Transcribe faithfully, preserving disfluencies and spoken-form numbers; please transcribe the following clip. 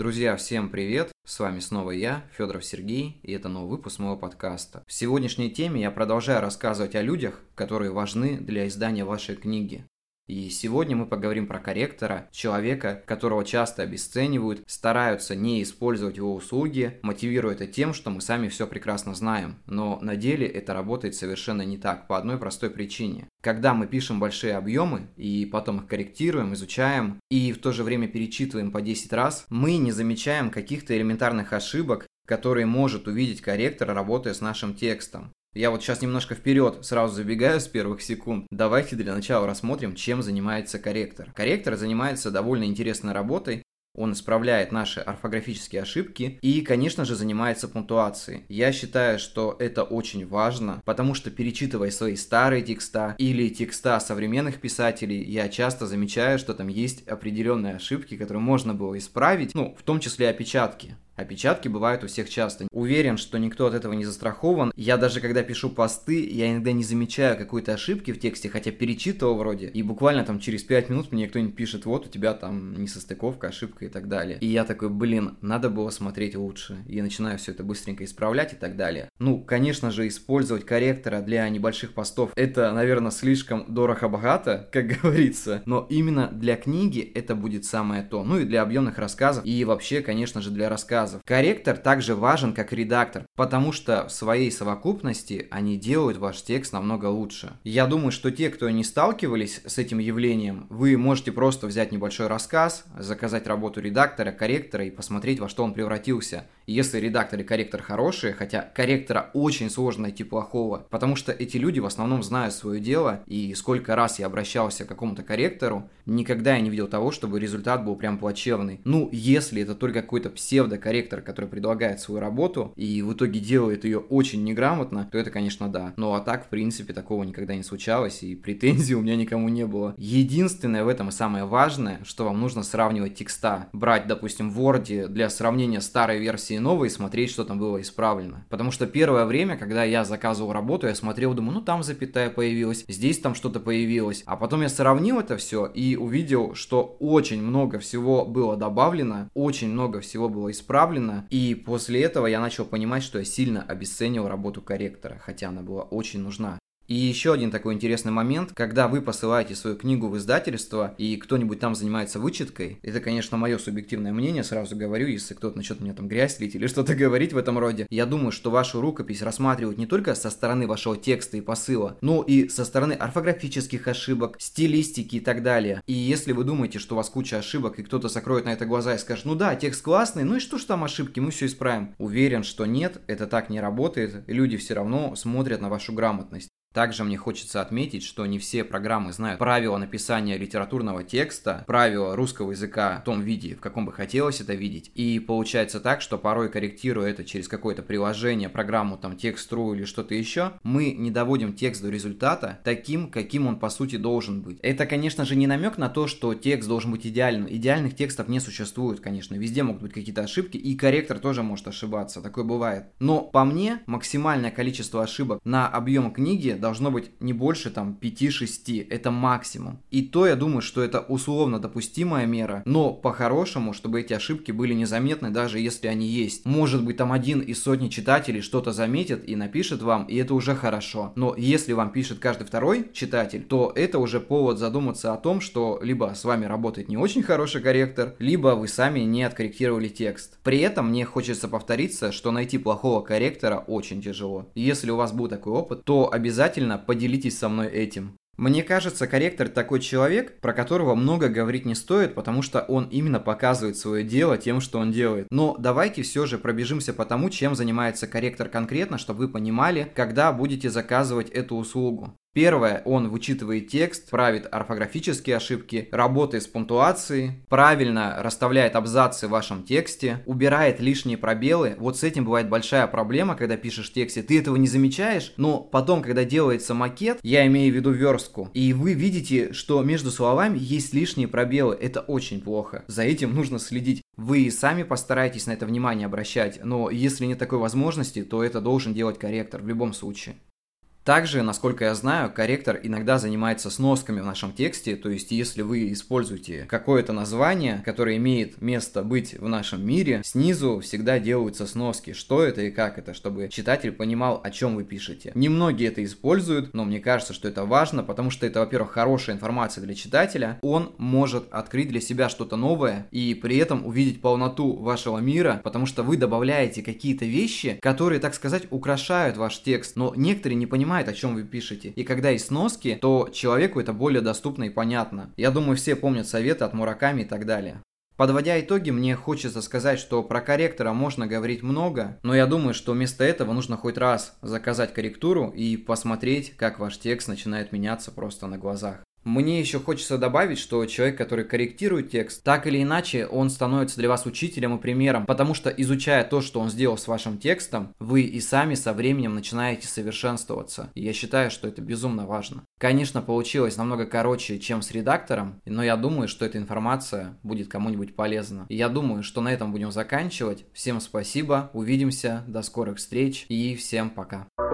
Друзья, всем привет! С вами снова я, Федоров Сергей, и это новый выпуск моего подкаста. В сегодняшней теме я продолжаю рассказывать о людях, которые важны для издания вашей книги. И сегодня мы поговорим про корректора, человека, которого часто обесценивают, стараются не использовать его услуги, мотивируя это тем, что мы сами все прекрасно знаем. Но на деле это работает совершенно не так, по одной простой причине. Когда мы пишем большие объемы и потом их корректируем, изучаем и в то же время перечитываем по десять раз, мы не замечаем каких-то элементарных ошибок, которые может увидеть корректор, работая с нашим текстом. Я вот сейчас немножко вперед сразу забегаю с первых секунд. Давайте для начала рассмотрим, чем занимается корректор. Корректор занимается довольно интересной работой. Он исправляет наши орфографические ошибки и, конечно же, занимается пунктуацией. Я считаю, что это очень важно, потому что, перечитывая свои старые текста или текста современных писателей, я часто замечаю, что там есть определенные ошибки, которые можно было исправить, ну, в том числе опечатки. Опечатки бывают у всех часто. Уверен, что никто от этого не застрахован. Я даже когда пишу посты, я иногда не замечаю какой-то ошибки в тексте, хотя перечитывал вроде. И буквально там через пять минут мне кто-нибудь пишет: вот у тебя там несостыковка, ошибка и так далее. И я такой: блин, надо было смотреть лучше. И начинаю все это быстренько исправлять и так далее. Ну, конечно же, использовать корректора для небольших постов — это, наверное, слишком дорого-богато, как говорится. Но именно для книги это будет самое то. Ну и для объемных рассказов. И вообще, конечно же, для рассказов. Корректор также важен как редактор, потому что в своей совокупности они делают ваш текст намного лучше. Я думаю, что те, кто не сталкивались с этим явлением, вы можете просто взять небольшой рассказ, заказать работу редактора, корректора и посмотреть, во что он превратился. Если редактор и корректор хорошие, хотя корректора очень сложно найти плохого, потому что эти люди в основном знают свое дело, и сколько раз я обращался к какому-то корректору, никогда я не видел того, чтобы результат был прям плачевный. Ну, если это только какой-то псевдокорректор, который предлагает свою работу и в итоге делает ее очень неграмотно, то это, конечно, да. Ну а так, в принципе, такого никогда не случалось, и претензий у меня никому не было. Единственное в этом и самое важное, что вам нужно сравнивать текста. Брать, допустим, в Word для сравнения старой версии и новой и смотреть, что там было исправлено. Потому что первое время, когда я заказывал работу, я смотрел, думаю, ну там запятая появилась, здесь там что-то появилось. А потом я сравнил это все и увидел, что очень много всего было добавлено, очень много всего было исправлено. И после этого я начал понимать, что я сильно обесценил работу корректора, хотя она была очень нужна. И еще один такой интересный момент, когда вы посылаете свою книгу в издательство, и кто-нибудь там занимается вычеткой, это, конечно, мое субъективное мнение, сразу говорю, если кто-то начнет мне там грязь лить или что-то говорить в этом роде, я думаю, что вашу рукопись рассматривают не только со стороны вашего текста и посыла, но и со стороны орфографических ошибок, стилистики и так далее. И если вы думаете, что у вас куча ошибок, и кто-то закроет на это глаза и скажет: ну да, текст классный, ну и что ж там ошибки, мы все исправим. Уверен, что нет, это так не работает, люди все равно смотрят на вашу грамотность. Также мне хочется отметить, что не все программы знают правила написания литературного текста, правила русского языка в том виде, в каком бы хотелось это видеть. И получается так, что порой, корректируя это через какое-то приложение, программу там Текст.ру или что-то еще, мы не доводим текст до результата таким, каким он по сути должен быть. Это, конечно же, не намек на то, что текст должен быть идеальным. Идеальных текстов не существует, конечно. Везде могут быть какие-то ошибки, и корректор тоже может ошибаться. Такое бывает. Но по мне, максимальное количество ошибок на объем книги должно быть не больше там пяти-шести, это максимум. И то я думаю, что это условно допустимая мера, но по-хорошему, чтобы эти ошибки были незаметны, даже если они есть. Может быть, там один из сотни читателей что-то заметит и напишет вам, и это уже хорошо. Но если вам пишет каждый второй читатель, то это уже повод задуматься о том, что либо с вами работает не очень хороший корректор, либо вы сами не откорректировали текст. При этом мне хочется повториться, что найти плохого корректора очень тяжело. Если у вас был такой опыт, то обязательно поделитесь со мной этим. Мне кажется, корректор такой человек, про которого много говорить не стоит, потому что он именно показывает свое дело тем, что он делает. Но давайте все же пробежимся по тому, чем занимается корректор конкретно, чтобы вы понимали, когда будете заказывать эту услугу. Первое, он вычитывает текст, правит орфографические ошибки, работает с пунктуацией, правильно расставляет абзацы в вашем тексте, убирает лишние пробелы. Вот с этим бывает большая проблема, когда пишешь в тексте, ты этого не замечаешь, но потом, когда делается макет, я имею в виду верстку, и вы видите, что между словами есть лишние пробелы. Это очень плохо. За этим нужно следить. Вы сами постарайтесь на это внимание обращать, но если нет такой возможности, то это должен делать корректор в любом случае. Также, насколько я знаю, корректор иногда занимается сносками в нашем тексте, то есть если вы используете какое-то название, которое имеет место быть в нашем мире, снизу всегда делаются сноски, что это и как это, чтобы читатель понимал, о чем вы пишете. Немногие это используют, но мне кажется, что это важно, потому что это, во-первых, хорошая информация для читателя, он может открыть для себя что-то новое и при этом увидеть полноту вашего мира, потому что вы добавляете какие-то вещи, которые, так сказать, украшают ваш текст, но некоторые не понимают, о чем вы пишете. И когда есть сноски, то человеку это более доступно и понятно. Я думаю, все помнят советы от Мураками и так далее. Подводя итоги, мне хочется сказать, что про корректора можно говорить много, но я думаю, что вместо этого нужно хоть раз заказать корректуру и посмотреть, как ваш текст начинает меняться просто на глазах. Мне еще хочется добавить, что человек, который корректирует текст, так или иначе он становится для вас учителем и примером, потому что, изучая то, что он сделал с вашим текстом, вы и сами со временем начинаете совершенствоваться. И я считаю, что это безумно важно. Конечно, получилось намного короче, чем с редактором, но я думаю, что эта информация будет кому-нибудь полезна. И я думаю, что на этом будем заканчивать. Всем спасибо, увидимся, до скорых встреч и всем пока.